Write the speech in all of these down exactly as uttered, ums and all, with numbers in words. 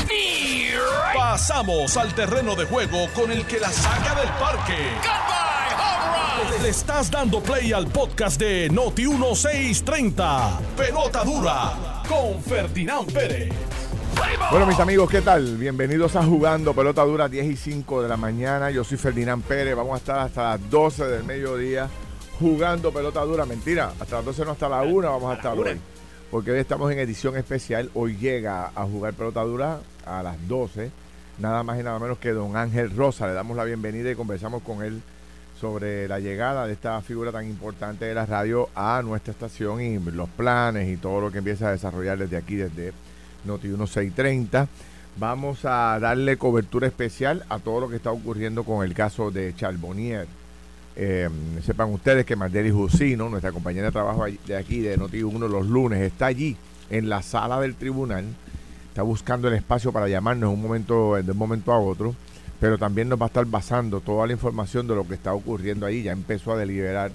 Pasamos al terreno de juego con el que la saca del parque. Le estás dando play al podcast de Noti dieciséis treinta. Pelota dura con Ferdinand Pérez. Bueno, mis amigos, ¿qué tal? Bienvenidos a Jugando Pelota Dura, diez y cinco de la mañana. Yo soy Ferdinand Pérez. Vamos a estar hasta las doce del mediodía jugando Pelota Dura. Mentira, hasta las doce no, hasta la una vamos a estar hoy. Porque hoy estamos en edición especial. Hoy llega a jugar Pelota Dura a las doce. Nada más y nada menos que don Ángel Rosa. Le damos la bienvenida y conversamos con él sobre la llegada de esta figura tan importante de la radio a nuestra estación y los planes y todo lo que empieza a desarrollar desde aquí, desde Noti dieciséis treinta. Vamos a darle cobertura especial a todo lo que está ocurriendo con el caso de Charbonnier. Eh, sepan ustedes que Mardelis Jusino, nuestra compañera de trabajo de aquí de Noti uno los lunes, está allí en la sala del tribunal. Está buscando el espacio para llamarnos un momento, de un momento a otro. Pero también nos va a estar basando toda la información de lo que está ocurriendo ahí. Ya empezó a deliberar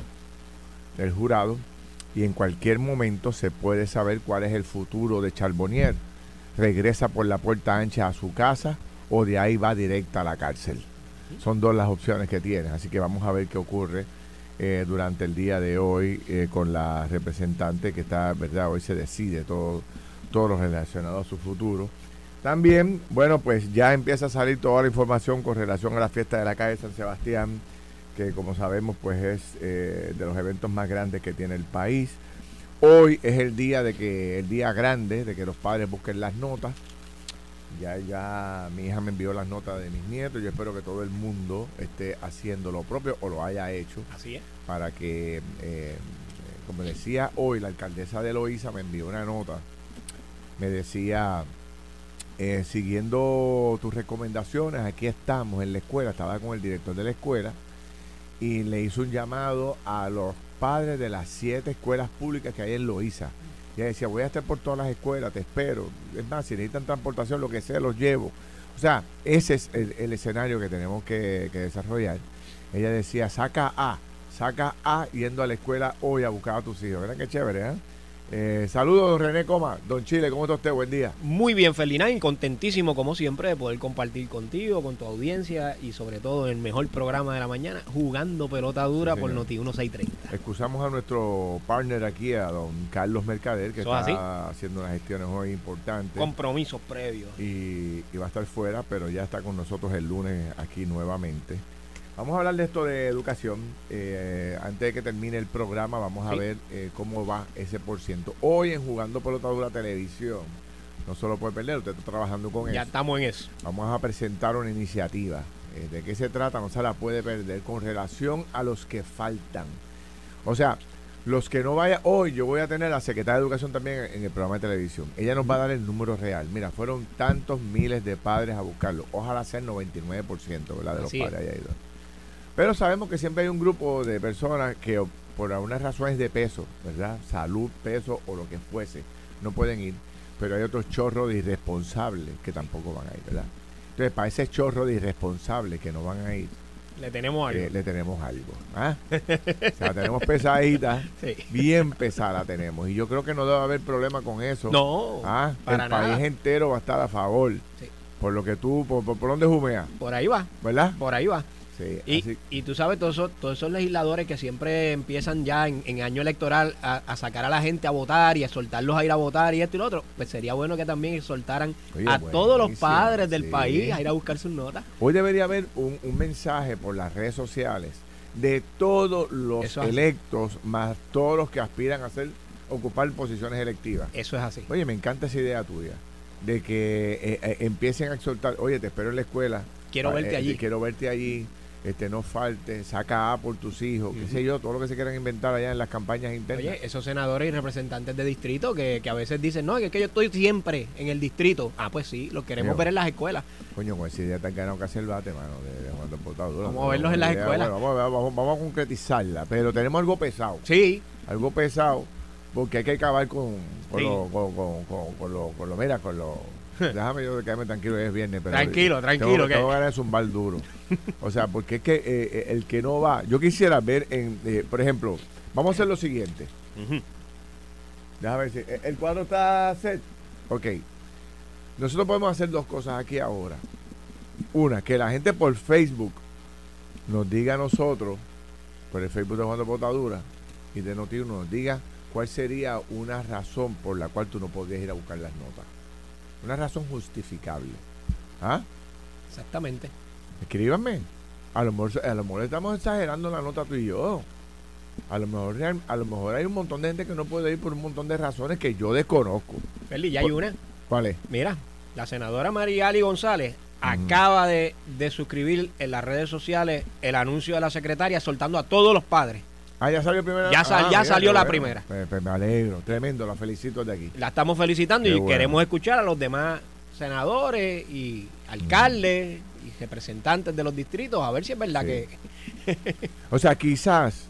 el jurado y en cualquier momento se puede saber cuál es el futuro de Charbonnier. Regresa por la puerta ancha a su casa o de ahí va directa a la cárcel. Son dos las opciones que tiene, así que vamos a ver qué ocurre eh, durante el día de hoy eh, con la representante que está, verdad, hoy se decide todo, todo lo relacionado a su futuro. También, bueno, pues ya empieza a salir toda la información con relación a la fiesta de la calle San Sebastián, que como sabemos pues es eh, de los eventos más grandes que tiene el país. Hoy es el día de que, el día grande de que los padres busquen las notas. Ya, ya mi hija me envió las notas de mis nietos. Yo espero que todo el mundo esté haciendo lo propio o lo haya hecho. Así es. Para que, eh, como decía hoy, la alcaldesa de Loíza me envió una nota. Me decía... Eh, siguiendo tus recomendaciones, aquí estamos en la escuela, estaba con el director de la escuela y le hizo un llamado a los padres de las siete escuelas públicas que hay en Loíza. Y ella decía, voy a estar por todas las escuelas, te espero. Es más, si necesitan transportación, lo que sea, los llevo. O sea, ese es el, el escenario que tenemos que, que desarrollar. Ella decía, saca A, saca A yendo a la escuela hoy a buscar a tus hijos. ¿Verdad qué chévere, eh? Eh, saludos, don René Coma. Don Chile, ¿cómo está usted? Buen día. Muy bien, Ferdinand, y contentísimo como siempre de poder compartir contigo, con tu audiencia y sobre todo en el mejor programa de la mañana, Jugando Pelota Dura, sí, por Noti dieciséis treinta. Excusamos a nuestro partner aquí, a don Carlos Mercader, que ¿Eso está así? haciendo unas gestiones hoy importantes. Compromisos previos. Y, y va a estar fuera, pero ya está con nosotros el lunes aquí nuevamente. Vamos a hablar de esto de educación. Eh, antes de que termine el programa, vamos a sí. ver eh, cómo va ese por ciento. Hoy en Jugando Pelota Dura Televisión, no solo puede perder, usted está trabajando con eso. Ya estamos en eso. Vamos a presentar una iniciativa. Eh, ¿De qué se trata? No se la puede perder con relación a los que faltan. O sea, los que no vayan. Hoy yo voy a tener a la secretaria de Educación también en el programa de televisión. Ella nos va a dar el número real. Mira, fueron tantos miles de padres a buscarlo. Ojalá sea el noventa y nueve por ciento, ¿verdad? De los Así padres es. haya ido. Pero sabemos que siempre hay un grupo de personas que por algunas razones de peso, ¿verdad? Salud, peso o lo que fuese, no pueden ir. Pero hay otros chorros de irresponsables que tampoco van a ir, ¿verdad? Entonces, para ese chorro de irresponsables que no van a ir, le tenemos algo. Eh, le tenemos algo. ¿Ah? O sea, la tenemos pesadita, sí. Bien pesada la tenemos. Y yo creo que no debe haber problema con eso. No, ¿Ah? para El nada. país entero va a estar a favor. Sí. Por lo que tú, por, por, por dónde jumeas. Por ahí va. ¿Verdad? Por ahí va. Sí, y, así. y tú sabes, todos esos, todos esos legisladores que siempre empiezan ya en, en año electoral a, a sacar a la gente a votar y a soltarlos a ir a votar y esto y lo otro, pues sería bueno que también soltaran Oye, a todos los padres del sí. país a ir a buscar sus notas. Hoy debería haber un, un mensaje por las redes sociales de todos los Eso electos, así. Más todos los que aspiran a hacer, ocupar posiciones electivas. Eso es así. Oye, me encanta esa idea tuya, de que eh, eh, empiecen a exhortar, oye, te espero en la escuela. Quiero verte eh, allí. Quiero verte allí. Este, no falte, saca A por tus hijos, uh-huh. qué sé yo, todo lo que se quieran inventar allá en las campañas internas. Oye, esos senadores y representantes de distrito que, que a veces dicen, no, es que yo estoy siempre en el distrito. Ah, pues sí, lo queremos Pero, ver en las escuelas. Coño, con esa idea tan ganado que hace el bate, mano, de, de Juan de Portadura. Vamos a verlos en las idea, escuelas. Bueno, vamos, vamos, vamos a concretizarla, pero tenemos algo pesado. Sí. Algo pesado, porque hay que acabar con, con sí. lo, con, con, con, con lo, con lo, mira, con lo... Déjame yo quedarme tranquilo, es viernes. Pero tranquilo, tranquilo. Tengo, tengo ganas de zumbar duro. O sea, porque es que eh, el que no va... Yo quisiera ver, en eh, por ejemplo, vamos a hacer lo siguiente. Uh-huh. Déjame ver si... ¿El cuadro está set? Ok. nosotros podemos hacer dos cosas aquí ahora. Una, que la gente por Facebook nos diga a nosotros, por el Facebook de Jugando Pelotadura y de Noti uno, nos diga cuál sería una razón por la cual tú no podrías ir a buscar las notas. Una razón justificable. ¿Ah? Exactamente. Escríbanme. A lo mejor, a lo mejor estamos exagerando la nota tú y yo. A lo mejor a lo mejor hay un montón de gente que no puede ir por un montón de razones que yo desconozco. Feli, ya hay una. ¿Cuál es? Mira, la senadora Mariali González uh-huh. acaba de, de suscribir en las redes sociales el anuncio de la secretaria soltando a todos los padres. Ah, ya salió primera. Ya, sal, ah, ya mira, salió la bueno. primera. Pues, pues me alegro, tremendo, la felicito de aquí. La estamos felicitando qué y bueno. Queremos escuchar a los demás senadores y alcaldes uh-huh. y representantes de los distritos a ver si es verdad sí. que... O sea, quizás...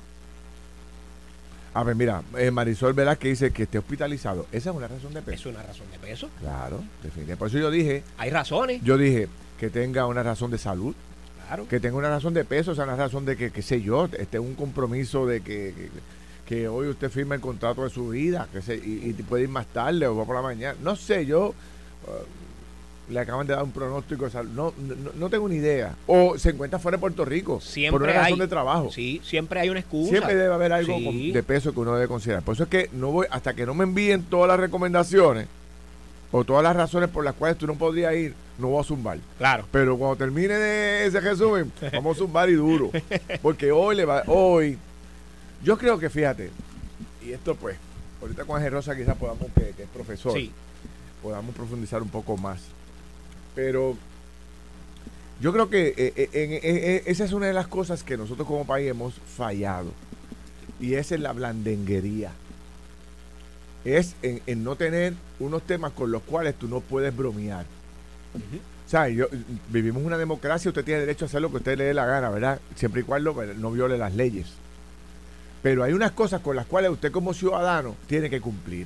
A ver, mira, eh, Marisol Velázquez dice que esté hospitalizado. Esa es una razón de peso. Es una razón de peso. Claro, definitivamente. Por eso yo dije... Hay razones. Yo dije que tenga una razón de salud. Claro. Que tenga una razón de peso, o sea, una razón de que, qué sé yo, este un compromiso de que, que, que hoy usted firma el contrato de su vida, que se, y, y puede ir más tarde o va por la mañana. No sé, yo uh, le acaban de dar un pronóstico de salud. No, no, no tengo ni idea. O se encuentra fuera de Puerto Rico siempre por una razón hay, de trabajo. Sí, siempre hay una excusa. Siempre debe haber algo sí. con, de peso que uno debe considerar. Por eso es que no voy, hasta que no me envíen todas las recomendaciones o todas las razones por las cuales tú no podrías ir, no voy a zumbar. Claro. Pero cuando termine de ese resumen, vamos a zumbar y duro. Porque hoy le va, hoy, yo creo que fíjate, y esto pues, ahorita con Ángel Rosa quizás podamos, que, que es profesor, sí. podamos profundizar un poco más. Pero yo creo que eh, eh, en, eh, eh, esa es una de las cosas que nosotros como país hemos fallado. Y esa es la blandenguería. Es en, en no tener unos temas con los cuales tú no puedes bromear. Uh-huh. O sea, yo, vivimos una democracia, usted tiene derecho a hacer lo que usted le dé la gana, ¿verdad? Siempre y cuando no viole las leyes. Pero hay unas cosas con las cuales usted como ciudadano tiene que cumplir.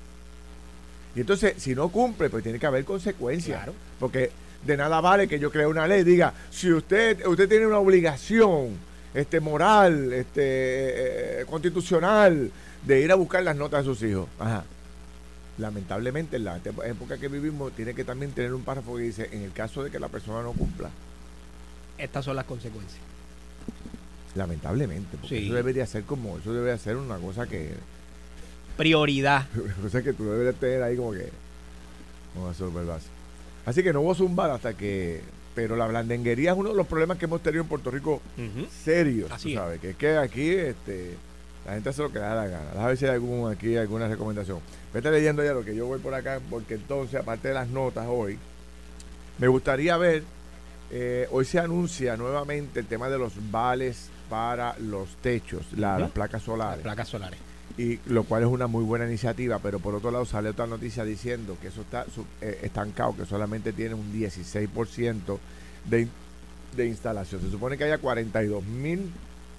Y entonces, si no cumple, pues tiene que haber consecuencias. Claro. Porque de nada vale que yo cree una ley, diga, si usted usted tiene una obligación este moral, este eh, constitucional, de ir a buscar las notas de sus hijos. Ajá. Lamentablemente, en la época que vivimos, tiene que también tener un párrafo que dice, en el caso de que la persona no cumpla. Estas son las consecuencias. Lamentablemente, porque sí. eso debería ser como, eso debería ser una cosa que... Prioridad. Una cosa que tú deberías tener ahí como que... Vamos a super base. Así que no voy a zumbar hasta que... Pero la blandenguería es uno de los problemas que hemos tenido en Puerto Rico uh-huh. serios, Así tú sabes, es. que es que aquí... este la gente hace lo que le da la gana. Déjame ver si hay algún, aquí alguna recomendación. Vete leyendo ya lo que yo voy por acá, porque entonces, aparte de las notas hoy, me gustaría ver, eh, hoy se anuncia nuevamente el tema de los vales para los techos, la, uh-huh. las placas solares. Las placas solares. Y lo cual es una muy buena iniciativa, pero por otro lado sale otra noticia diciendo que eso está eh, estancado, que solamente tiene un dieciséis por ciento de, de instalación. Se supone que haya cuarenta y dos mil...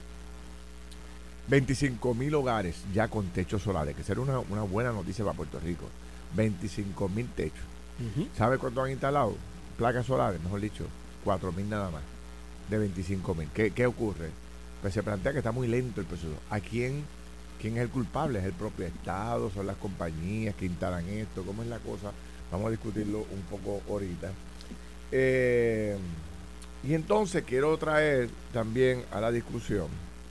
veinticinco mil hogares ya con techos solares, que será una, una buena noticia para Puerto Rico. veinticinco mil techos. Uh-huh. ¿Sabe cuánto han instalado? Placas solares, mejor dicho, cuatro mil nada más, de veinticinco mil. ¿Qué, ¿Qué ocurre? Pues se plantea que está muy lento el proceso. ¿A quién, quién es el culpable? ¿Es el propio Estado? ¿Son las compañías que instalan esto? ¿Cómo es la cosa? Vamos a discutirlo un poco ahorita. Eh, y entonces quiero traer también a la discusión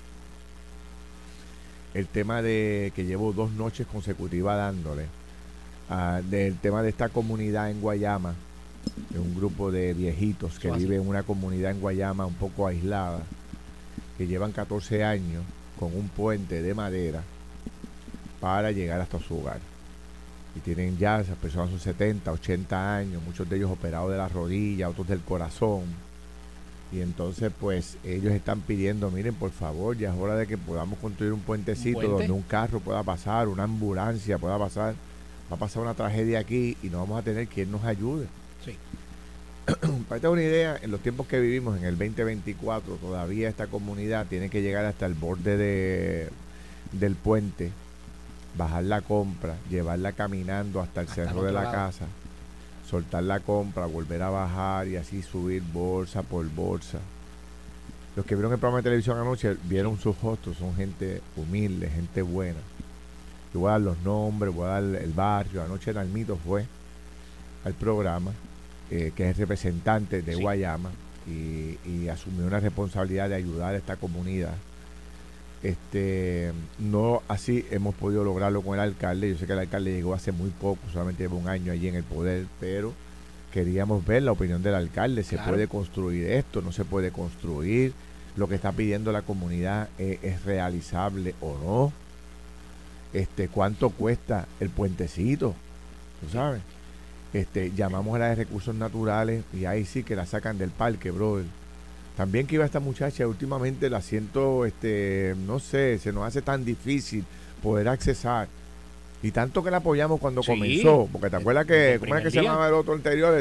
el tema de que llevo dos noches consecutivas dándole, uh, del tema de esta comunidad en Guayama, de un grupo de viejitos que viven en una comunidad en Guayama un poco aislada, que llevan catorce años con un puente de madera para llegar hasta su hogar. Y tienen ya, esas personas son setenta, ochenta años, muchos de ellos operados de la rodilla, otros del corazón. Y entonces pues ellos están pidiendo, miren, por favor, ya es hora de que podamos construir un puentecito, ¿un puente? Donde un carro pueda pasar, una ambulancia pueda pasar. Va a pasar una tragedia aquí y no vamos a tener quien nos ayude. Sí. Para tener una idea, en los tiempos que vivimos, en el veinte veinticuatro, todavía esta comunidad tiene que llegar hasta el borde de, del puente, bajar la compra, llevarla caminando hasta el hasta cerro el de la lado. Casa, soltar la compra, volver a bajar y así subir bolsa por bolsa. Los que vieron el programa de televisión anoche vieron sus rostros, son gente humilde, gente buena. Yo voy a dar los nombres, voy a dar el barrio. Anoche en Almito fue al programa, eh, que es el representante de sí. Guayama, y, y asumió una responsabilidad de ayudar a esta comunidad. Este, no así hemos podido lograrlo con el alcalde. Yo sé que el alcalde llegó hace muy poco, solamente lleva un año allí en el poder, pero queríamos ver la opinión del alcalde. ¿Se claro. puede construir esto? ¿No se puede construir? ¿Lo que está pidiendo la comunidad es, es realizable o no? Este, ¿cuánto cuesta el puentecito? ¿Tú sabes? Este, llamamos a la de recursos naturales y ahí sí que la sacan del parque, brother. También que iba esta muchacha, últimamente la siento, este, no sé, se nos hace tan difícil poder accesar. Y tanto que la apoyamos cuando sí, comenzó, porque te acuerdas que, ¿cómo es que día? se llamaba el otro anterior?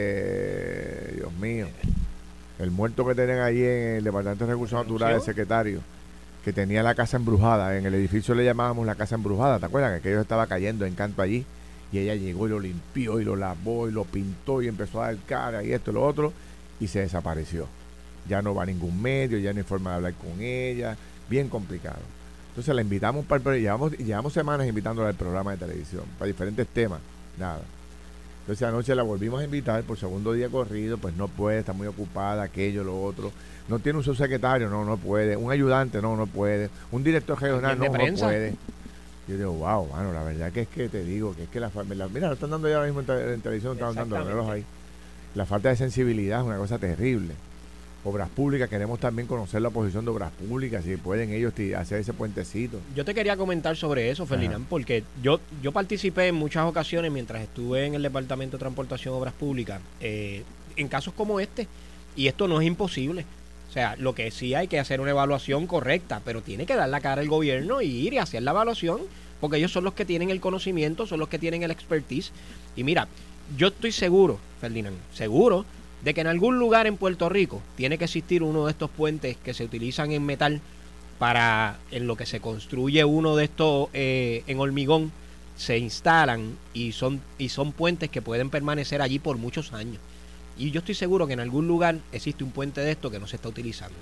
Este, Dios mío, el muerto que tenían ahí en el Departamento de Recursos Naturales, el secretario, que tenía la casa embrujada, en el edificio le llamábamos la casa embrujada, ¿te acuerdas? Que aquello estaba cayendo en canto allí, y ella llegó y lo limpió, y lo lavó, y lo pintó, y empezó a dar cara, y esto y lo otro, y se desapareció. Ya no va a ningún medio, ya no hay forma de hablar con ella, bien complicado. Entonces la invitamos para el programa, llevamos, llevamos semanas invitándola al programa de televisión, para diferentes temas, nada. Entonces anoche la volvimos a invitar por segundo día corrido, pues no puede, está muy ocupada, aquello, lo otro. No tiene un subsecretario, no, no puede. Un ayudante, no, no puede. Un director regional, no, no puede. Yo digo, wow, mano, la verdad que es que te digo, que es que la familia, mira, lo están dando ya ahora mismo en, te, en televisión, están dando los ahí. La falta de sensibilidad es una cosa terrible. Obras Públicas, queremos también conocer la posición de Obras Públicas, si pueden ellos t- hacer ese puentecito. Yo te quería comentar sobre eso, Ferdinand, porque yo yo participé en muchas ocasiones mientras estuve en el Departamento de Transportación y Obras Públicas, eh, en casos como este, y esto no es imposible. O sea, lo que sí hay que hacer una evaluación correcta, pero tiene que dar la cara el gobierno y ir y hacer la evaluación, porque ellos son los que tienen el conocimiento, son los que tienen el expertise. Y mira, yo estoy seguro, Ferdinand, seguro, de que en algún lugar en Puerto Rico tiene que existir uno de estos puentes que se utilizan en metal para, en lo que se construye uno de estos eh, en hormigón, se instalan y son, y son puentes que pueden permanecer allí por muchos años. Y yo estoy seguro que en algún lugar existe un puente de estos que no se está utilizando.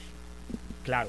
Claro,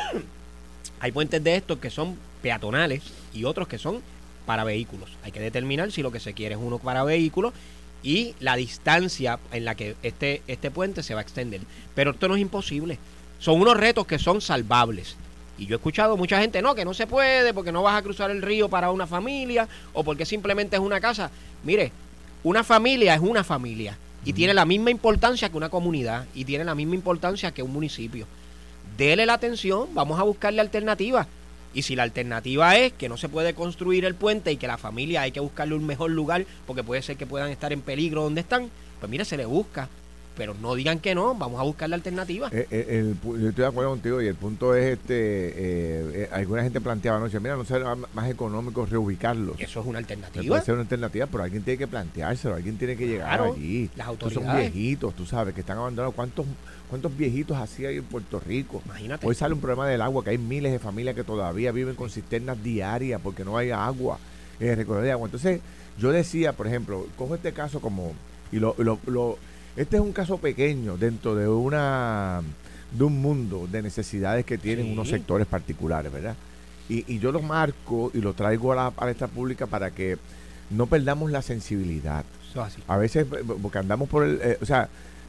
hay puentes de estos que son peatonales y otros que son para vehículos. Hay que determinar si lo que se quiere es uno para vehículos y la distancia en la que este, este puente se va a extender. Pero esto no es imposible. Son unos retos que son salvables. Y yo he escuchado mucha gente, no, que no se puede porque no vas a cruzar el río para una familia o porque simplemente es una casa. Mire, una familia es una familia y uh-huh. tiene la misma importancia que una comunidad y tiene la misma importancia que un municipio. Dele la atención, vamos a buscarle alternativas. Y si la alternativa es que no se puede construir el puente y que la familia hay que buscarle un mejor lugar porque puede ser que puedan estar en peligro donde están, pues mire, se le busca. Pero no digan que no, vamos a buscar la alternativa. Eh, eh, el, yo estoy de acuerdo contigo y el punto es, este eh, eh, alguna gente planteaba anoche, mira, no será más económico reubicarlos. Eso es una alternativa. Puede ser una alternativa, pero alguien tiene que planteárselo, alguien tiene que llegar claro, allí. Las autoridades. Estos son viejitos, tú sabes, que están abandonados. ¿Cuántos cuántos viejitos así hay en Puerto Rico? Imagínate. Hoy sale un problema del agua, que hay miles de familias que todavía viven con cisternas diarias porque no hay agua, eh, recoger de agua. Entonces, yo decía, por ejemplo, cojo este caso como, y lo, lo, lo este es un caso pequeño dentro de una de un mundo de necesidades que tienen sí. unos sectores particulares, ¿verdad? Y, y yo lo marco y lo traigo a la palestra pública para que no perdamos la sensibilidad. Eso así. A veces, porque andamos por el, eh, o sea,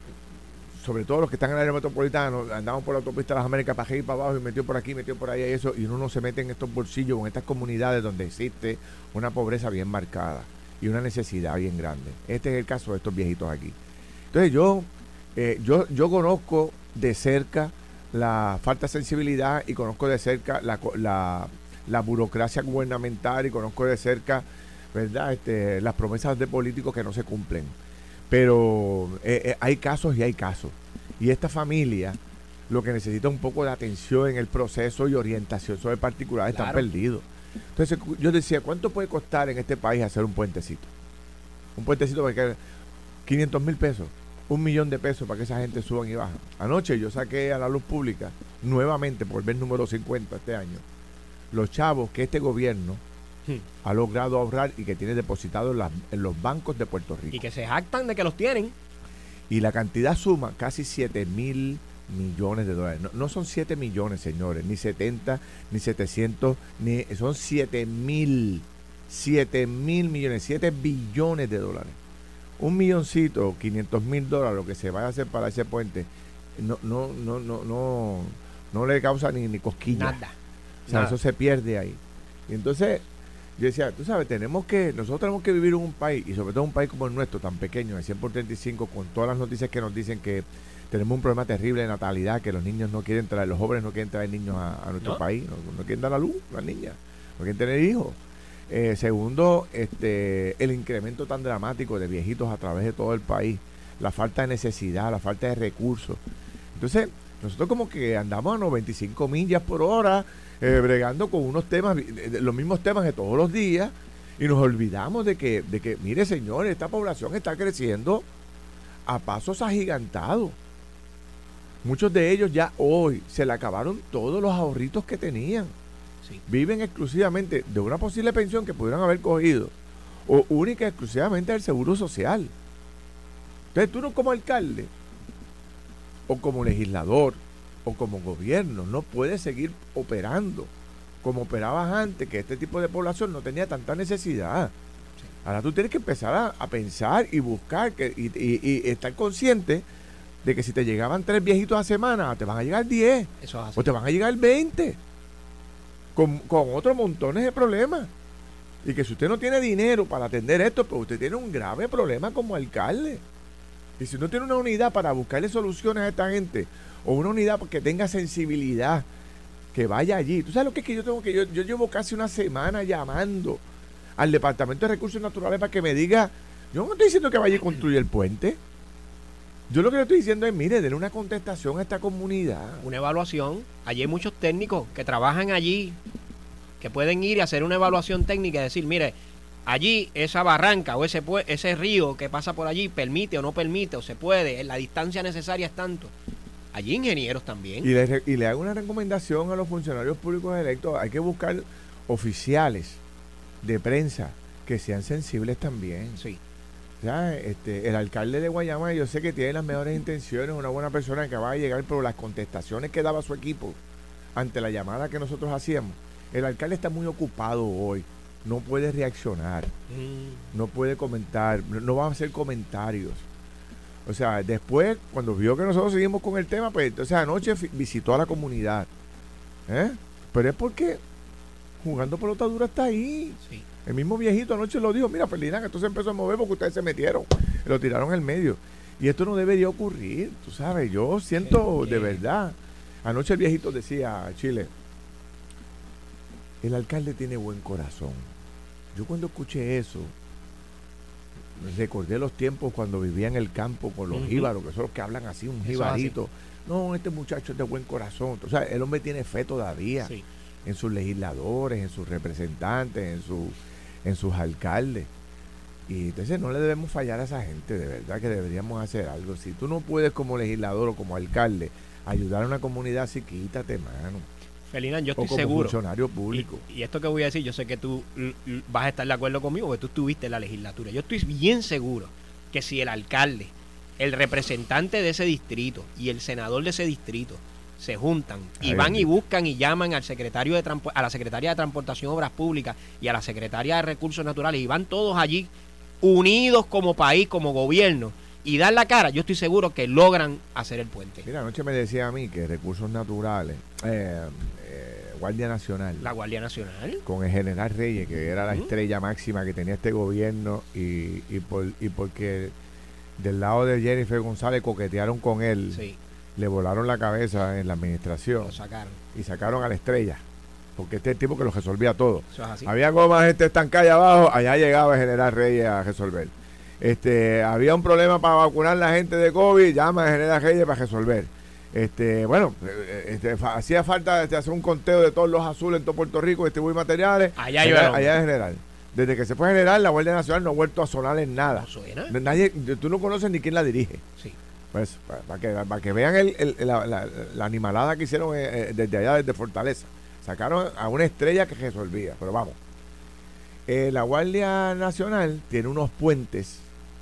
sobre todo los que están en el área metropolitana, andamos por la autopista de las Américas para arriba y para abajo y metió por aquí, metió por allá y eso, y uno no se mete en estos bolsillos, en estas comunidades donde existe una pobreza bien marcada y una necesidad bien grande. Este es el caso de estos viejitos aquí. Entonces yo, eh, yo, yo conozco de cerca la falta de sensibilidad y conozco de cerca la, la, la burocracia gubernamental y conozco de cerca, ¿verdad?, este, las promesas de políticos que no se cumplen. Pero eh, eh, hay casos y hay casos. Y esta familia lo que necesita es un poco de atención en el proceso y orientación sobre particulares, claro. Están perdidos. Entonces yo decía, ¿cuánto puede costar en este país hacer un puentecito? Un puentecito porque quinientos mil pesos. Un millón de pesos para que esa gente suban y bajan. Anoche yo saqué a la luz pública, nuevamente por ver número cincuenta este año, los chavos que este gobierno sí. ha logrado ahorrar y que tiene depositados en, las, en los bancos de Puerto Rico. Y que se jactan de que los tienen. Y la cantidad suma casi siete mil millones de dólares. No, no son siete millones, señores, ni setenta, ni setecientos, ni son siete mil, siete mil millones, siete billones de dólares. un milloncito, quinientos mil dólares, lo que se vaya a hacer para ese puente, no, no, no, no, no, no le causa ni, ni cosquilla. Nada. O sea, nada. Eso se pierde ahí. Y entonces, yo decía, tú sabes, tenemos que, nosotros tenemos que vivir en un país, y sobre todo un país como el nuestro, tan pequeño, de cien por treinta y cinco, con todas las noticias que nos dicen que tenemos un problema terrible de natalidad, que los niños no quieren traer, los jóvenes no quieren traer niños a, a nuestro ¿No? país, no, no quieren dar a luz, las niñas, no quieren tener hijos. Eh, segundo, este, el incremento tan dramático de viejitos a través de todo el país, la falta de necesidad, la falta de recursos. Entonces, nosotros como que andamos a noventa y cinco millas por hora, eh, bregando con unos temas, los mismos temas de todos los días, y nos olvidamos de que, de que, mire señores, esta población está creciendo a pasos agigantados. Muchos de ellos ya hoy se le acabaron todos los ahorritos que tenían. Sí. Viven exclusivamente de una posible pensión que pudieran haber cogido, o única y exclusivamente del seguro social. Entonces tú no como alcalde, o como legislador, o como gobierno, no puedes seguir operando como operabas antes, que este tipo de población no tenía tanta necesidad. Sí. Ahora tú tienes que empezar a, a pensar y buscar que, y, y, y estar consciente de que si te llegaban tres viejitos a semana, te van a llegar diez, Eso es así. O te van a llegar veinte, con, con otros montones de problemas. Y que si usted no tiene dinero para atender esto, pues usted tiene un grave problema como alcalde. Y si no tiene una unidad para buscarle soluciones a esta gente, o una unidad que tenga sensibilidad, que vaya allí. ¿Tú sabes lo que es que yo tengo que yo, yo llevo casi una semana llamando al Departamento de Recursos Naturales para que me diga, yo no estoy diciendo que vaya y construya el puente. Yo lo que le estoy diciendo es, mire, denle una contestación a esta comunidad. Una evaluación. Allí hay muchos técnicos que trabajan allí, que pueden ir y hacer una evaluación técnica y decir, mire, allí esa barranca o ese ese río que pasa por allí permite o no permite, o se puede, la distancia necesaria es tanto. Allí ingenieros también. Y le, y le hago una recomendación a los funcionarios públicos electos, hay que buscar oficiales de prensa que sean sensibles también. Sí. Ya, este, el alcalde de Guayama, yo sé que tiene las mejores intenciones, una buena persona que va a llegar, pero las contestaciones que daba su equipo ante la llamada que nosotros hacíamos, el alcalde está muy ocupado hoy, no puede reaccionar, mm. no puede comentar, no va a hacer comentarios. O sea, después, cuando vio que nosotros seguimos con el tema, pues entonces anoche visitó a la comunidad. ¿Eh? Pero es porque Jugando Pelota Dura está ahí. Sí. El mismo viejito anoche lo dijo, mira, Ferdinand, esto se empezó a mover porque ustedes se metieron, lo tiraron al medio. Y esto no debería ocurrir, tú sabes, yo siento ¿Qué? de verdad. Anoche el viejito decía, Chile, el alcalde tiene buen corazón. Yo cuando escuché eso, recordé los tiempos cuando vivía en el campo con los uh-huh. jíbaros, que son los que hablan así, un jibarito. No, este muchacho es de buen corazón. O sea, el hombre tiene fe todavía sí. en sus legisladores, en sus representantes, en, su, en sus alcaldes. Y entonces no le debemos fallar a esa gente, de verdad que deberíamos hacer algo. Si tú no puedes como legislador o como alcalde ayudar a una comunidad así, quítate, mano. Ferdinand, yo estoy o como seguro. funcionario público. Y, y esto que voy a decir, yo sé que tú l- l- vas a estar de acuerdo conmigo porque tú estuviste en la legislatura. Yo estoy bien seguro que si el alcalde, el representante de ese distrito y el senador de ese distrito se juntan y Ay, van y buscan y llaman al secretario de Transpo- a la secretaria de Transportación y Obras Públicas y a la secretaria de Recursos Naturales y van todos allí unidos como país, como gobierno, y dar la cara, yo estoy seguro que logran hacer el puente. Mira, anoche me decía a mí que Recursos Naturales, eh, eh, Guardia Nacional. La Guardia Nacional. Con el general Reyes, que era la ¿Mm? estrella máxima que tenía este gobierno, y, y, por, y porque del lado de Jennifer González coquetearon con él, sí. le volaron la cabeza en la administración. Lo sacaron. Y sacaron a la estrella. Porque este es el tipo que lo resolvía todo. Eso es así. Había goma gente estancada allá abajo, allá llegaba el general Reyes a resolver. Este, había un problema para vacunar a la gente de COVID, llama al general Reyes para resolver. Este, bueno, este, fa- hacía falta este, hacer un conteo de todos los azules en todo Puerto Rico, distribuir materiales. Allá, allá, allá, allá el general. Desde que se fue general, la Guardia Nacional no ha vuelto a sonar en nada. ¿No suena? Nadie, tú no conoces ni quién la dirige. Sí. Pues, para, para que, para que vean el, el, la, la, la animalada que hicieron eh, desde allá, desde Fortaleza. Sacaron a una estrella que resolvía, pero vamos. Eh, la Guardia Nacional tiene unos puentes.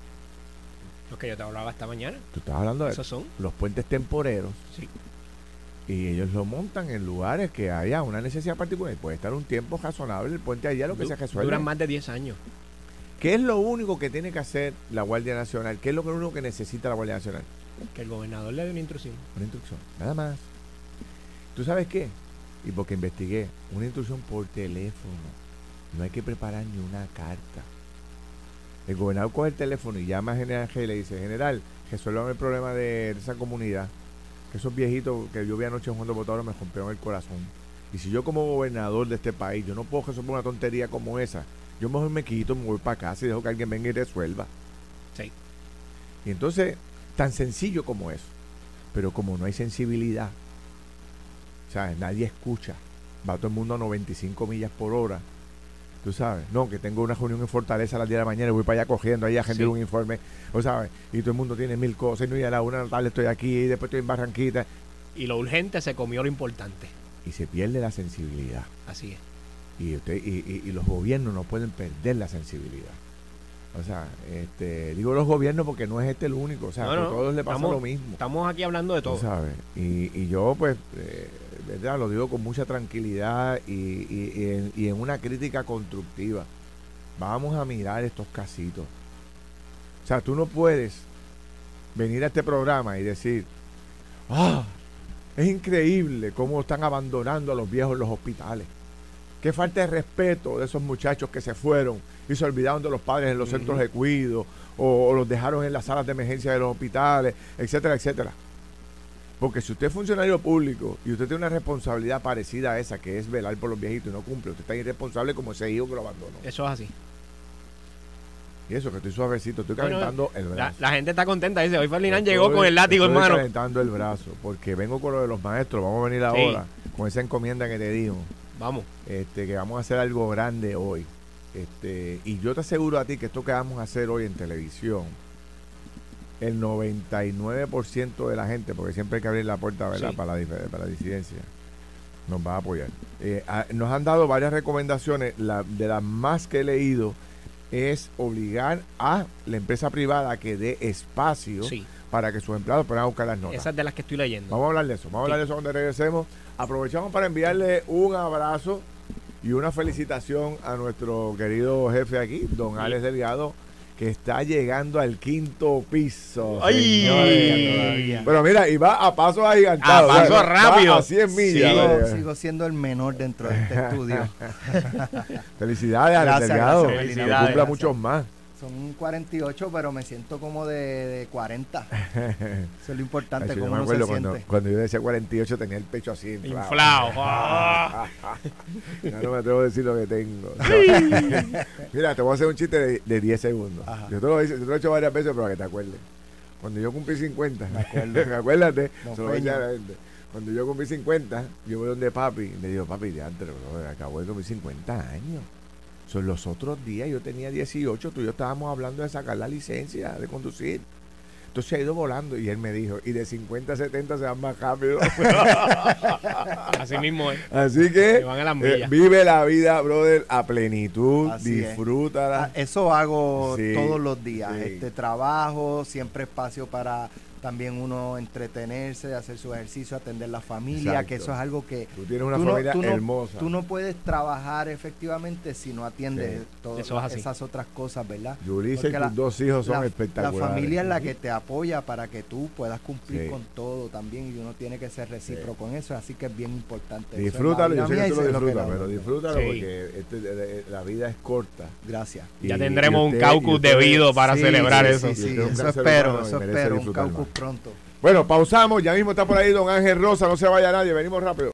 Los que yo te hablaba esta mañana. Tú estás hablando de ¿Esos son? Los puentes temporeros. Sí. Y ellos lo montan en lugares que haya una necesidad particular. Puede estar un tiempo razonable el puente allá, lo que Du- se resuelve. Duran más de diez años. ¿Qué es lo único que tiene que hacer la Guardia Nacional? ¿Qué es lo único que necesita la Guardia Nacional? Que el gobernador le dé una instrucción. Una instrucción, nada más. ¿Tú sabes qué? Y porque investigué, una instrucción por teléfono. No hay que preparar ni una carta. El gobernador coge el teléfono y llama a General G y le dice, General, resuelvan el problema de esa comunidad. Que esos viejitos que yo vi anoche jugando botadores me rompieron el corazón. Y si yo como gobernador de este país, yo no puedo resolver una tontería como esa, yo mejor me quito, me voy para casa y dejo que alguien venga y resuelva. Sí. Y entonces, tan sencillo como eso. Pero como no hay sensibilidad, o sea, nadie escucha. Va todo el mundo a noventa y cinco millas por hora. Tú sabes, no, que tengo una reunión en Fortaleza a las diez de la mañana y voy para allá cogiendo ahí a rendir sí. un informe, o sabes, y todo el mundo tiene mil cosas, y no, y a la una de la tarde estoy aquí, y después estoy en Barranquita. Y lo urgente se comió lo importante. Y se pierde la sensibilidad. Así es. Y, usted, y, y, y los gobiernos no pueden perder la sensibilidad. O sea, este, digo los gobiernos porque no es este el único, o sea, no, no, a todos les pasa estamos, lo mismo. Estamos aquí hablando de todo. ¿Sabes? Y, y yo, pues, eh, verdad, lo digo con mucha tranquilidad y, y, y, en, y en una crítica constructiva. Vamos a mirar estos casitos. O sea, tú no puedes venir a este programa y decir, ah, es increíble cómo están abandonando a los viejos en los hospitales. Qué falta de respeto de esos muchachos que se fueron y se olvidaron de los padres en los uh-huh. centros de cuidado o, o los dejaron en las salas de emergencia de los hospitales, etcétera, etcétera. Porque si usted es funcionario público y usted tiene una responsabilidad parecida a esa, que es velar por los viejitos y no cumple, usted está irresponsable como ese hijo que lo abandonó. Eso es así. Y eso, que estoy suavecito, estoy calentando bueno, el brazo. La, la gente está contenta, dice, hoy Ferdinand llegó con el látigo, estoy hermano. Estoy calentando el brazo, porque vengo con lo de los maestros, vamos a venir ahora sí. con esa encomienda que te digo. Vamos. Este, que vamos a hacer algo grande hoy. Este, y yo te aseguro a ti que esto que vamos a hacer hoy en televisión, el noventa y nueve por ciento de la gente, porque siempre hay que abrir la puerta, ¿verdad? Sí. Para, la, para la disidencia, nos va a apoyar. Eh, a, nos han dado varias recomendaciones, la, de las más que he leído, es obligar a la empresa privada a que dé espacio sí. para que sus empleados puedan buscar las notas. Esas de las que estoy leyendo. Vamos a hablar de eso, vamos sí. a hablar de eso cuando regresemos. Aprovechamos para enviarle un abrazo y una felicitación a nuestro querido jefe aquí, don sí. Alex Delgado, que está llegando al quinto piso. ¡Ay! Pero mira, y va a pasos agigantados. A pasos o sea, rápido. A cien millas. Sigo, sigo siendo el menor dentro de este estudio. Felicidades, Alex Delgado. Felicidades. Que cumpla gracias. Muchos más. Son cuarenta y ocho, pero me siento como de, de cuarenta. Eso es lo importante, como uno se cuando, siente. Cuando yo decía cuarenta y ocho tenía el pecho así inflado. Inflado. Ya no me atrevo a decir lo que tengo. Mira, te voy a hacer un chiste de, de diez segundos. Ajá. Yo te lo, hice, te lo he hecho varias veces, pero para que te acuerdes. Cuando yo cumplí cincuenta, acuérdate, no se lo voy a echar a la gente. Cuando yo cumplí cincuenta, yo voy donde papi y le digo, papi, ya, pero acabo de cumplir cincuenta años. Son los otros días, yo tenía dieciocho, tú y yo estábamos hablando de sacar la licencia de conducir. Entonces se ha ido volando y él me dijo, y de cincuenta a setenta se van más rápido. Así mismo es. Así que van a las millas. Eh, vive la vida, brother, a plenitud, así disfrútala. Ah, eso hago sí, todos los días. Sí. Este trabajo, siempre espacio para también uno entretenerse, hacer su ejercicio, atender la familia, exacto. Que eso es algo que... Tú tienes una tú familia no, tú hermosa. No, tú no puedes trabajar efectivamente si no atiendes sí. todas la, esas otras cosas, ¿verdad? Yulisa y tus dos hijos son la, espectaculares. La familia es la que te apoya para que tú puedas cumplir sí. con todo también y uno tiene que ser recíproco sí. en eso, así que es bien importante. Disfrútalo, yo sé que tú lo disfrutas, pero disfrútalo sí. porque este, la vida es corta. Gracias. Y, ya tendremos usted, un caucus usted, debido para sí, celebrar sí, eso. Sí, sí, eso espero, eso espero, un caucus pronto. Bueno, pausamos, ya mismo está por ahí don Ángel Rosa, no se vaya nadie, venimos rápido.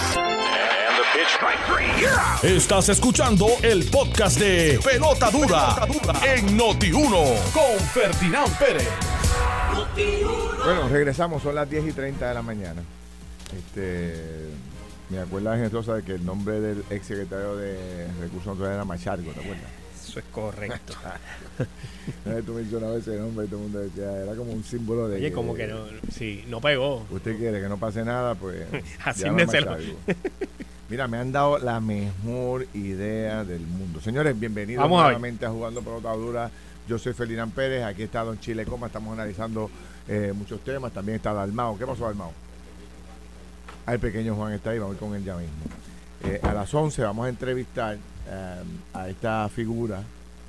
Estás escuchando el podcast de Pelota Dura, Pelota Dura. En Noti uno con Ferdinand Pérez. Bueno, regresamos, son las diez y treinta de la mañana. Este, me acuerdo Ángel Rosa de que el nombre del ex secretario de Recursos Naturales era Machargo, ¿te acuerdas? Eso es correcto. Tú mencionabas ese nombre y todo el mundo decía, era como un símbolo de... Oye, que, como que no, sí, no pegó. Usted quiere que no pase nada, pues... Asígnenselo. Mira, me han dado la mejor idea del mundo. Señores, bienvenidos Vamos nuevamente a, a Jugando Pelota Dura. Yo soy Ferdinand Pérez, aquí está don Chile Coma, estamos analizando eh, muchos temas. También está Dalmao. ¿Qué pasó, Dalmao? Ah, el pequeño Juan está ahí, vamos a ir con él ya mismo. Eh, a las once vamos a entrevistar eh, a esta figura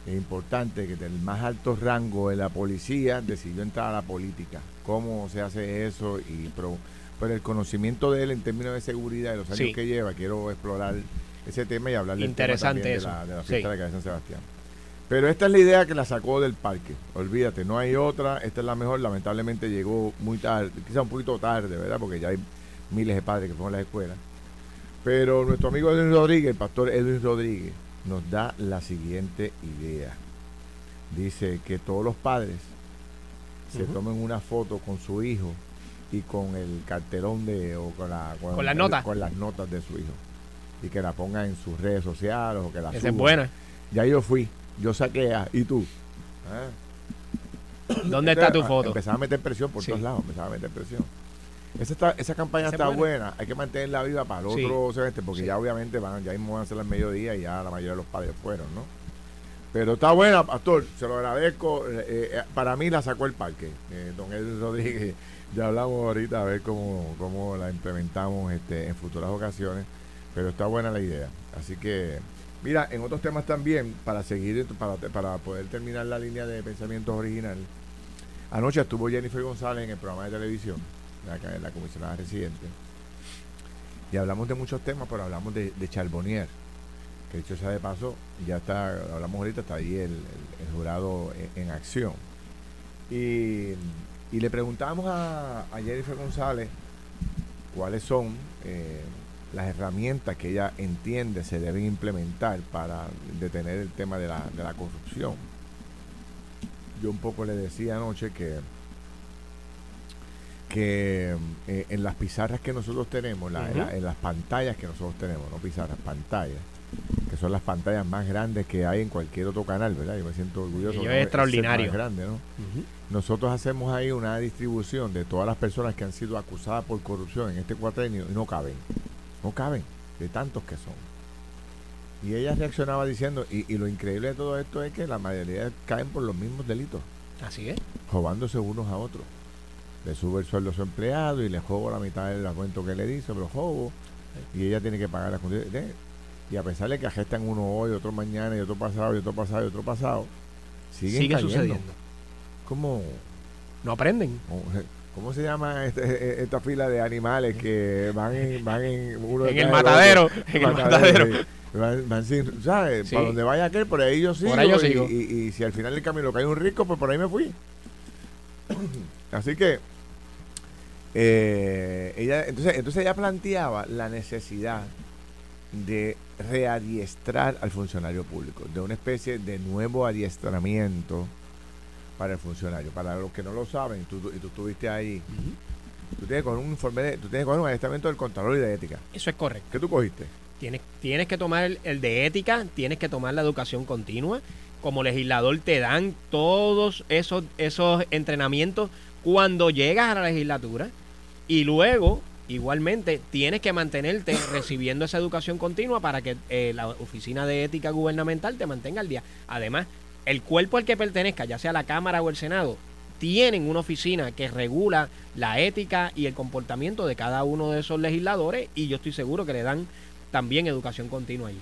es importante que el más alto rango de la policía decidió entrar a la política. ¿Cómo se hace eso? Y pero, pero el conocimiento de él en términos de seguridad, de los años sí. que lleva, quiero explorar ese tema y hablarle Interesante tema eso. de la, de la fiesta sí. de Calle San Sebastián. Pero esta es la idea que la sacó del parque. Olvídate, no hay otra. Esta es la mejor. Lamentablemente llegó muy tarde, quizá un poquito tarde, ¿verdad? Porque ya hay miles de padres que fueron a las escuelas. Pero nuestro amigo Edwin Rodríguez, el pastor Edwin Rodríguez, nos da la siguiente idea. Dice que todos los padres se uh-huh. tomen una foto con su hijo y con el cartelón de o con, la, con, ¿Con las el, notas con las notas de su hijo y que la pongan en sus redes sociales o que la suban. Esa es buena. Ya yo fui, yo saqué a, ¿y tú? ¿Ah? ¿Dónde está tu foto? Empezaba a meter presión por sí. todos lados, empezaba a meter presión. Esa, está, esa campaña esa está buena. buena, hay que mantenerla viva para el otro sí. semestre, porque sí. ya obviamente van, ya mismo van a ser al mediodía y ya la mayoría de los padres fueron, ¿no? Pero está buena, pastor, se lo agradezco. Eh, eh, para mí la sacó el parque. Eh, don Edwin Rodríguez, ya hablamos ahorita a ver cómo, cómo la implementamos este, en futuras ocasiones, pero está buena la idea. Así que, mira, en otros temas también, para seguir, para, para poder terminar la línea de pensamientos original, anoche estuvo Jennifer González en el programa de televisión, acá en la comisionada residente, y hablamos de muchos temas, pero hablamos de, de Charbonnier, que dicho sea de paso, ya está, hablamos ahorita, está ahí el, el, el jurado en, en acción. Y, y le preguntábamos a, a Jennifer González cuáles son eh, las herramientas que ella entiende se deben implementar para detener el tema de la, de la corrupción. Yo un poco le decía anoche que que eh, en las pizarras que nosotros tenemos, la, uh-huh. en, la, en las pantallas que nosotros tenemos, no pizarras, pantallas, que son las pantallas más grandes que hay en cualquier otro canal, ¿verdad? Yo me siento orgulloso. Es extraordinario. Más grande, ¿no? Uh-huh. Nosotros hacemos ahí una distribución de todas las personas que han sido acusadas por corrupción en este cuatrenio y no caben, no caben, de tantos que son. Y ella reaccionaba diciendo, y, y lo increíble de todo esto es que la mayoría caen por los mismos delitos. Así es. Robándose unos a otros. Le sube el sueldo a su empleado y le jobo la mitad del cuento que le dice, pero jobo, y ella tiene que pagar las condiciones. Y a pesar de que agestan uno hoy, otro mañana, y otro pasado, y otro pasado, y otro pasado, siguen sigue cayendo. sucediendo. ¿Cómo? No aprenden. ¿Cómo, cómo se llama este, esta fila de animales que van en, van en uno en el matadero? Otro, en el matadero. matadero. Van, van sin, ¿sabes? Sí. Para donde vaya aquel, por ahí yo sigo. Por ahí yo y, sigo. Y, y, y si al final del camino cae un rico, pues por ahí me fui. Así que eh, ella, entonces, entonces ella planteaba la necesidad de readiestrar al funcionario público, de una especie de nuevo adiestramiento para el funcionario. Para los que no lo saben, tú, tú, y tú estuviste ahí, uh-huh. tú tienes que coger un informe, de, tú tienes que coger un adiestramiento del Contralor y de Ética. Eso es correcto. ¿Qué tú cogiste? Tienes, tienes que tomar el, el de Ética, tienes que tomar la educación continua. Como legislador te dan todos esos, esos entrenamientos cuando llegas a la legislatura y luego igualmente tienes que mantenerte recibiendo esa educación continua para que eh, la Oficina de Ética Gubernamental te mantenga al día. Además, el cuerpo al que pertenezca, ya sea la Cámara o el Senado, tienen una oficina que regula la ética y el comportamiento de cada uno de esos legisladores y yo estoy seguro que le dan también educación continua allí.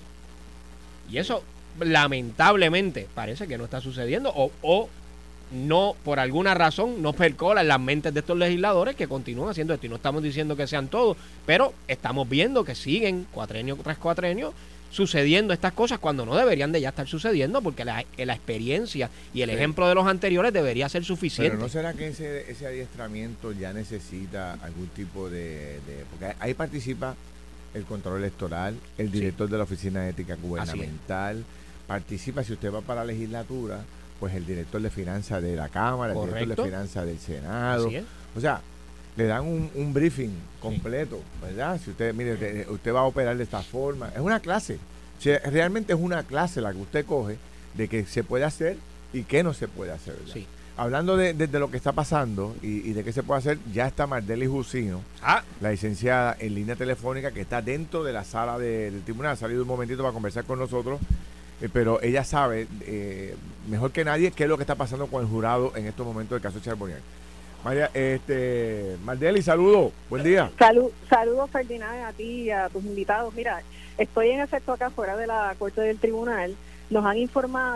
Y eso, lamentablemente, parece que no está sucediendo o, o no, por alguna razón, no percola en las mentes de estos legisladores que continúan haciendo esto. Y no estamos diciendo que sean todos, pero estamos viendo que siguen cuatrenio tras cuatrenio sucediendo estas cosas cuando no deberían de ya estar sucediendo, porque la, la experiencia y el sí. ejemplo de los anteriores debería ser suficiente. Pero ¿no será que ese, ese adiestramiento ya necesita algún tipo de, de... Porque ahí participa el Contralor Electoral, el director sí. de la Oficina de Ética Gubernamental, participa, si usted va para la legislatura, pues el director de finanzas de la Cámara, Correcto. el director de finanzas del Senado. O sea, le dan un, un briefing completo, sí. ¿verdad? Si usted, mire, usted, usted va a operar de esta forma. Es una clase. O sea, realmente es una clase la que usted coge de qué se puede hacer y qué no se puede hacer, ¿verdad? Sí. Hablando de, de, de lo que está pasando y, y de qué se puede hacer, ya está Mardeli Jusino, ah. la licenciada en línea telefónica, que está dentro de la sala de, del tribunal. Ha salido un momentito para conversar con nosotros, eh, pero ella sabe eh, mejor que nadie qué es lo que está pasando con el jurado en estos momentos del caso Charbonnier. María, este, Mardeli, saludos, buen día. Salud, saludos, Ferdinand, a ti y a tus invitados. Mira, estoy en efecto acá fuera de la corte del tribunal. Nos han informado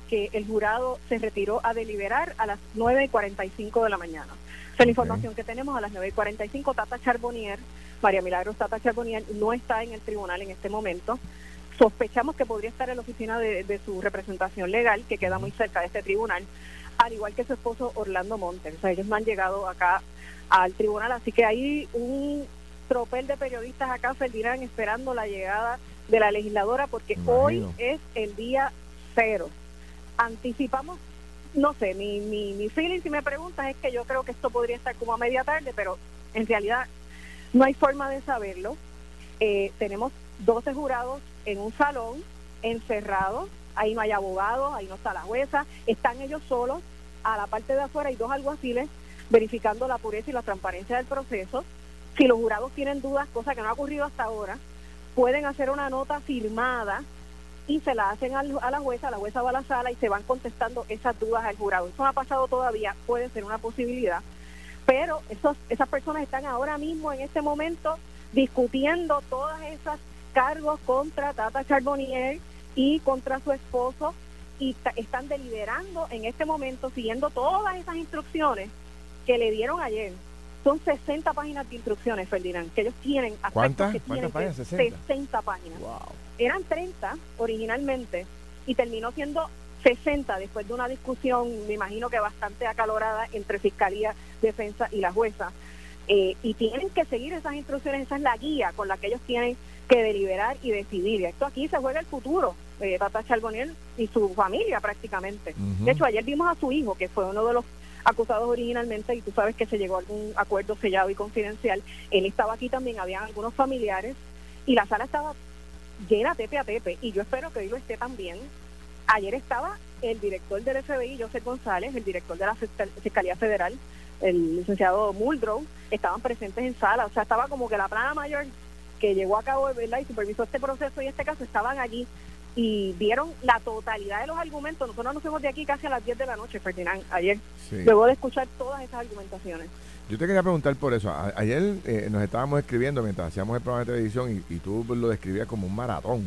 que el jurado se retiró a deliberar a las nueve y cuarenta y cinco de la mañana. O sea, la información que tenemos a las nueve y cuarenta y cinco, Tata Charbonnier, María Milagros Tata Charbonnier, no está en el tribunal en este momento. Sospechamos que podría estar en la oficina de, de su representación legal, que queda muy cerca de este tribunal, al igual que su esposo Orlando Montes. O sea, ellos no han llegado acá al tribunal, así que hay un tropel de periodistas acá, Ferdinand, esperando la llegada de la legisladora, porque hoy es el día cero. Anticipamos, no sé, mi, mi, mi feeling, si me preguntas, es que yo creo que esto podría estar como a media tarde, pero en realidad no hay forma de saberlo. Eh, tenemos doce jurados en un salón, encerrados, ahí no hay abogados, ahí no está la jueza, están ellos solos, a la parte de afuera hay dos alguaciles verificando la pureza y la transparencia del proceso. Si los jurados tienen dudas, cosa que no ha ocurrido hasta ahora, pueden hacer una nota firmada y se la hacen al, a la jueza, la jueza va a la sala y se van contestando esas dudas al jurado. Eso no ha pasado todavía, puede ser una posibilidad, pero esos, esas personas están ahora mismo en este momento discutiendo todas esas cargos contra Tata Charbonnier y contra su esposo, y t- están deliberando en este momento siguiendo todas esas instrucciones que le dieron ayer. Son sesenta páginas de instrucciones, Ferdinand, que ellos tienen. ¿Cuántas? Que ¿Cuántas tienen páginas? sesenta. sesenta páginas. Wow. Eran treinta originalmente y terminó siendo sesenta después de una discusión, me imagino que bastante acalorada, entre Fiscalía, Defensa y la jueza. Eh, y tienen que seguir esas instrucciones, esa es la guía con la que ellos tienen que deliberar y decidir. Esto aquí se juega el futuro de Tata Charbonnier y su familia prácticamente. Uh-huh. De hecho, ayer vimos a su hijo, que fue uno de los acusados originalmente, y tú sabes que se llegó a algún acuerdo sellado y confidencial. Él estaba aquí también, habían algunos familiares, y la sala estaba llena tepe a tepe, y yo espero que hoy lo esté también. Ayer estaba el director del F B I, José González, el director de la Fiscalía Federal, el licenciado Muldrow, estaban presentes en sala. O sea, estaba como que la plana mayor que llevó a cabo, ¿verdad?, y supervisó este proceso y este caso, estaban allí y vieron la totalidad de los argumentos. Nosotros nos fuimos de aquí casi a las diez de la noche, Ferdinand, ayer, sí, luego de escuchar todas esas argumentaciones. Yo te quería preguntar por eso. A- ayer eh, nos estábamos escribiendo mientras hacíamos el programa de televisión y, y tú lo describías como un maratón.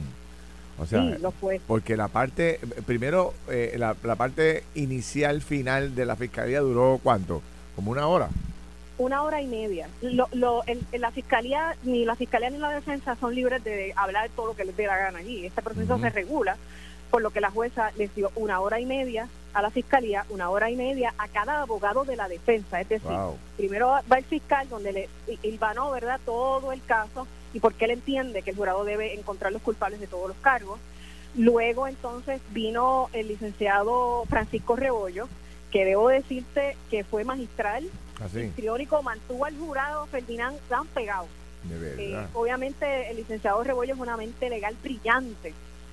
O sea, sí, lo fue. Porque la parte, primero, eh, la, la parte inicial, final de la fiscalía duró ¿cuánto? ¿Como una hora? Una hora y media. Lo, lo, el, la fiscalía, ni la fiscalía ni la defensa son libres de hablar de todo lo que les dé la gana allí. Este proceso uh-huh. se regula, por lo que la jueza les dio una hora y media a la fiscalía, una hora y media a cada abogado de la defensa. Es decir, wow. primero va el fiscal donde le hilvanó, ¿verdad?, todo el caso y porque él entiende que el jurado debe encontrar los culpables de todos los cargos. Luego entonces vino el licenciado Francisco Rebollo, que debo decirte que fue magistral, histriónico, mantuvo al jurado, Ferdinand, tan pegado. De verdad. Eh, obviamente el licenciado Rebollo es una mente legal brillante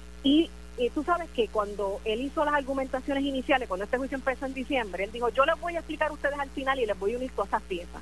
y eh, tú sabes que cuando él hizo las argumentaciones iniciales, cuando este juicio empezó en diciembre, él dijo, yo les voy a explicar a ustedes al final y les voy a unir todas esas piezas.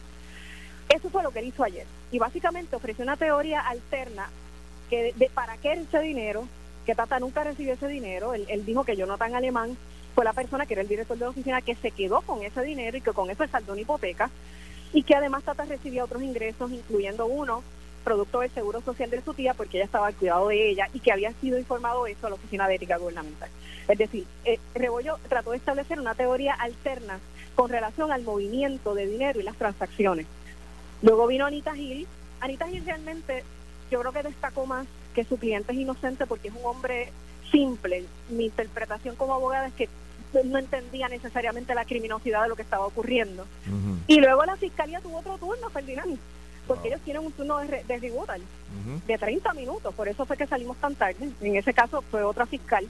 Eso fue lo que él hizo ayer y básicamente ofreció una teoría alterna que de, de para qué era ese dinero, que Tata nunca recibió ese dinero. Él, él dijo que Jonathan Alemán fue la persona que era el director de la oficina que se quedó con ese dinero y que con eso él saldó una hipoteca y que además Tata recibía otros ingresos, incluyendo uno producto del seguro social de su tía porque ella estaba al cuidado de ella y que había sido informado eso a la Oficina de Ética Gubernamental. Es decir, eh, Rebollo trató de establecer una teoría alterna con relación al movimiento de dinero y las transacciones. Luego vino Anita Gil. Anita Gil realmente yo creo que destacó más que su cliente es inocente porque es un hombre simple. Mi interpretación como abogada es que no entendía necesariamente la criminosidad de lo que estaba ocurriendo. Uh-huh. Y luego la fiscalía tuvo otro turno, Ferdinand, porque wow. ellos tienen un turno de, de rebuttal uh-huh. de treinta minutos, por eso fue que salimos tan tarde. En ese caso fue otra fiscal,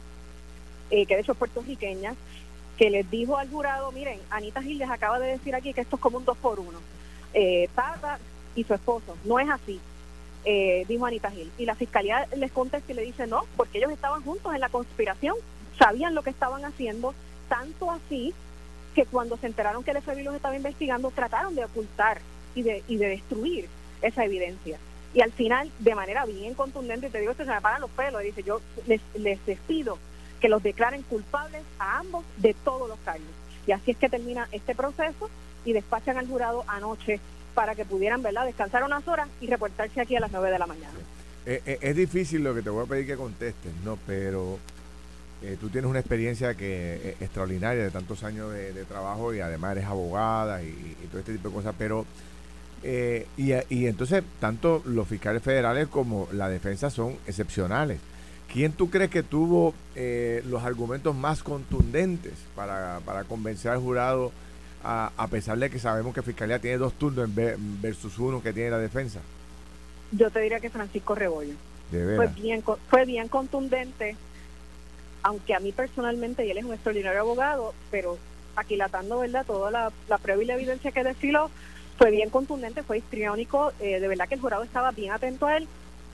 eh, que de hecho es puertorriqueña, que les dijo al jurado, miren, Anita Gil les acaba de decir aquí que esto es como un dos por uno. Eh, Tata y su esposo, no es así. Eh, dijo Anita Gil, y la fiscalía les contesta y le dice no, porque ellos estaban juntos en la conspiración, sabían lo que estaban haciendo, tanto así que cuando se enteraron que el F B I los estaba investigando, trataron de ocultar y de, y de destruir esa evidencia. Y al final, de manera bien contundente, te digo que se me paran los pelos, y dice, yo les, les despido que los declaren culpables a ambos de todos los cargos. Y así es que termina este proceso y despachan al jurado anoche para que pudieran, ¿verdad?, descansar unas horas y reportarse aquí a las nueve de la mañana. Eh, eh, es difícil lo que te voy a pedir que contestes, ¿no? Pero Eh, tú tienes una experiencia que eh, extraordinaria de tantos años de, de trabajo y además eres abogada y, y todo este tipo de cosas, pero eh, y, y entonces tanto los fiscales federales como la defensa son excepcionales. ¿Quién tú crees que tuvo eh, los argumentos más contundentes para, para convencer al jurado, a, a pesar de que sabemos que Fiscalía tiene dos turnos en vez, versus uno que tiene la defensa? Yo te diría que Francisco Rebollo. De fue bien, fue bien contundente, aunque a mí personalmente, y él es un extraordinario abogado, pero aquilatando, ¿verdad?, toda la, la prueba y la evidencia que desfiló, fue bien contundente, fue histriónico, eh, de verdad que el jurado estaba bien atento a él.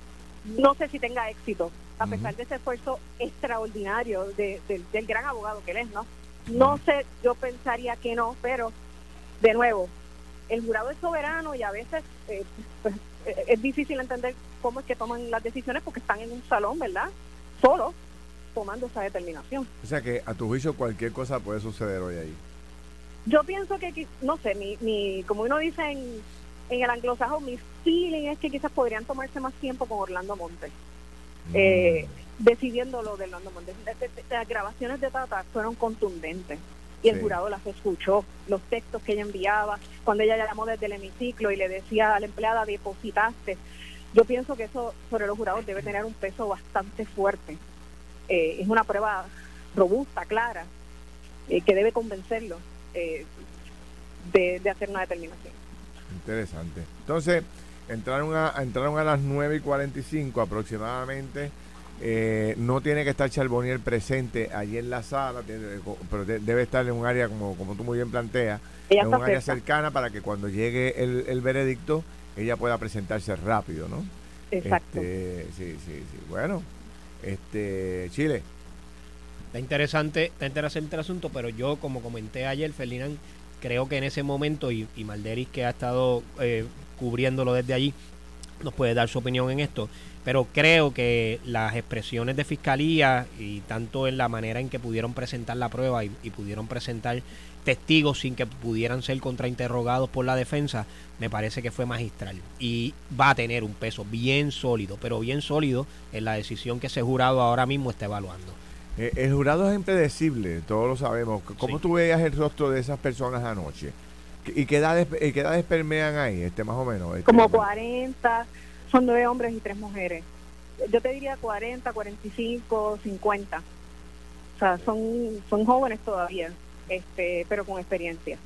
No sé si tenga éxito, a uh-huh. pesar de ese esfuerzo extraordinario de, de, del gran abogado que él es, ¿no? No uh-huh. sé, yo pensaría que no, pero, de nuevo, el jurado es soberano y a veces eh, pues, eh, es difícil entender cómo es que toman las decisiones porque están en un salón, ¿verdad?, solo tomando esa determinación. O sea que a tu juicio cualquier cosa puede suceder hoy ahí. Yo pienso que, no sé, mi, mi como uno dice en, en el anglosajón, mi feeling es que quizás podrían tomarse más tiempo con Orlando Montes, mm. eh, decidiendo lo de Orlando Montes. Las grabaciones de Tata fueron contundentes y el sí. jurado las escuchó, los textos que ella enviaba, cuando ella llamó desde el hemiciclo y le decía a la empleada, depositaste. Yo pienso que eso sobre los jurados debe tener un peso bastante fuerte. Eh, es una prueba robusta, clara, eh, que debe convencerlo eh, de, de hacer una determinación. Interesante. Entonces, entraron a, entraron a las nueve y cuarenta y cinco aproximadamente. Eh, no tiene que estar Charbonnier presente allí en la sala, tiene, pero de, debe estar en un área, como, como tú muy bien planteas, ella en un área cerca. cercana para que cuando llegue el, el veredicto, ella pueda presentarse rápido, ¿no? Exacto. Este, sí, sí, sí. Bueno. Este Chile. Está interesante, está interesante el asunto, pero yo, como comenté ayer, Ferdinand, creo que en ese momento, y, y Malderis, que ha estado eh, cubriéndolo desde allí, nos puede dar su opinión en esto, pero creo que las expresiones de fiscalía, y tanto en la manera en que pudieron presentar la prueba y, y pudieron presentar testigos sin que pudieran ser contrainterrogados por la defensa, me parece que fue magistral y va a tener un peso bien sólido, pero bien sólido en la decisión que ese jurado ahora mismo está evaluando. Eh, el jurado es impredecible, todos lo sabemos. ¿Cómo sí. tú veías el rostro de esas personas anoche? ¿Y qué edades, qué edades permean ahí, este más o menos? Este, Como cuarenta, son nueve hombres y tres mujeres. Yo te diría cuarenta, cuarenta y cinco, cincuenta. O sea, son, son jóvenes todavía. Este, pero con experiencia.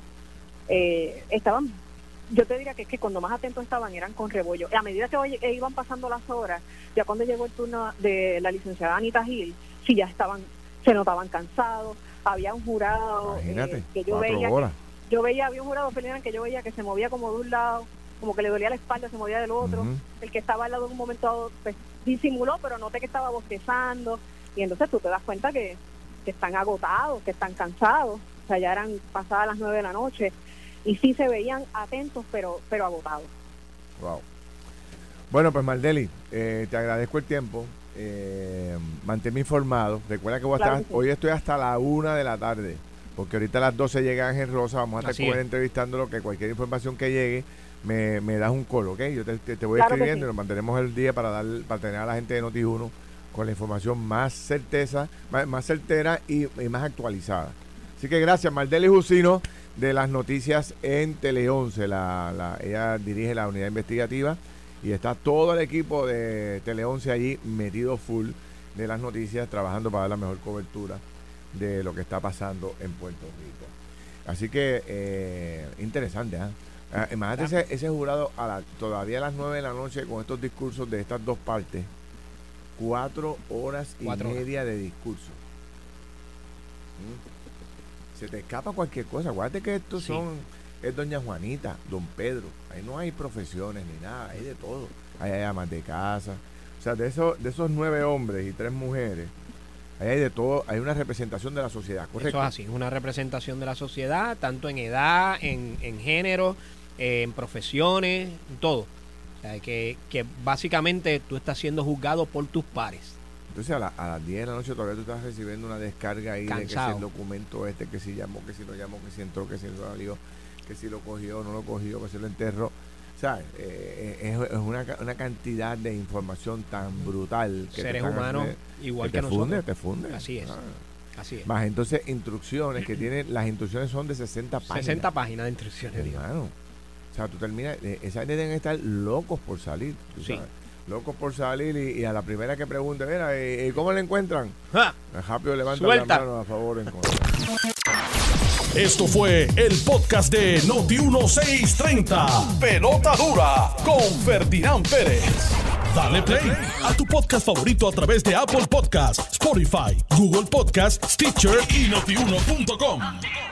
Eh, estaban, yo te diría que es que cuando más atentos estaban eran con Rebollo. A medida que hoy, eh, iban pasando las horas, ya cuando llegó el turno de la licenciada Anita Gil, sí ya estaban, se notaban cansados, había un jurado eh, que yo veía, que, yo veía, había un jurado Ferdinand, que yo veía que se movía como de un lado, como que le dolía la espalda, se movía del otro, uh-huh. el que estaba al lado en un momento dado, pues, disimuló, pero noté que estaba bostezando, y entonces tú te das cuenta que, que están agotados, que están cansados. O sea, ya eran pasadas las nueve de la noche y sí se veían atentos, pero pero agotados. Wow. Bueno, pues Maldeli, eh, te agradezco el tiempo. Eh, manténme informado. Recuerda que voy a claro estar, que sí. hoy estoy hasta la una de la tarde, porque ahorita a las doce llega Ángel Rosa. Vamos a estar con él entrevistándolo, que cualquier información que llegue me, me das un call, ¿ok? Yo te, te, te voy claro escribiendo sí. y nos mantenemos el día para dar para tener a la gente de Noti uno con la información más certeza, más, más certera y, y más actualizada. Así que gracias, Maldeli Jusino, de las noticias en Tele once. La, la, ella dirige la unidad investigativa y está todo el equipo de Tele once allí metido full de las noticias, trabajando para dar la mejor cobertura de lo que está pasando en Puerto Rico. Así que eh, interesante, ¿eh? Ah, imagínate ese, ese jurado a la, todavía a las nueve de la noche con estos discursos de estas dos partes. Cuatro horas y Cuatro media horas. de discurso. ¿Mm? Se te escapa cualquier cosa. Acuérdate que estos sí. son, es doña Juanita, don Pedro. Ahí no hay profesiones ni nada, hay de todo. Ahí hay amas de casa. O sea, de esos, de esos nueve hombres y tres mujeres, ahí hay de todo, hay una representación de la sociedad, ¿correcto? Eso es así, una representación de la sociedad, tanto en edad, en, en género, eh, en profesiones, en todo. O sea, que, que básicamente tú estás siendo juzgado por tus pares. Entonces a, la, a las diez de la noche todavía tú estás recibiendo una descarga ahí Cansado. de que si el documento este, que si llamó, que si no llamó, que si entró, que si no salió, que si lo cogió, no lo cogió, que si lo enterró. O ¿sabes? Eh, es, es una, una cantidad de información tan brutal que seres humanos igual que, que te nosotros. funde, te funde. Así es. Ah. Así es. Más entonces instrucciones que tienen, las instrucciones son de sesenta páginas. sesenta páginas de instrucciones. Hermano, o sea, tú terminas, esa gente deben estar locos por salir. Sí. Sabes, locos por salir y, y a la primera que pregunte, mira, ¿y cómo le encuentran? ¡Ja! Rápido levanta Suelta. la mano a favor. En Esto fue el podcast de Noti dieciséis treinta. Pelota dura con Ferdinand Pérez. Dale play a tu podcast favorito a través de Apple Podcasts, Spotify, Google Podcasts, Stitcher y notiuno punto com.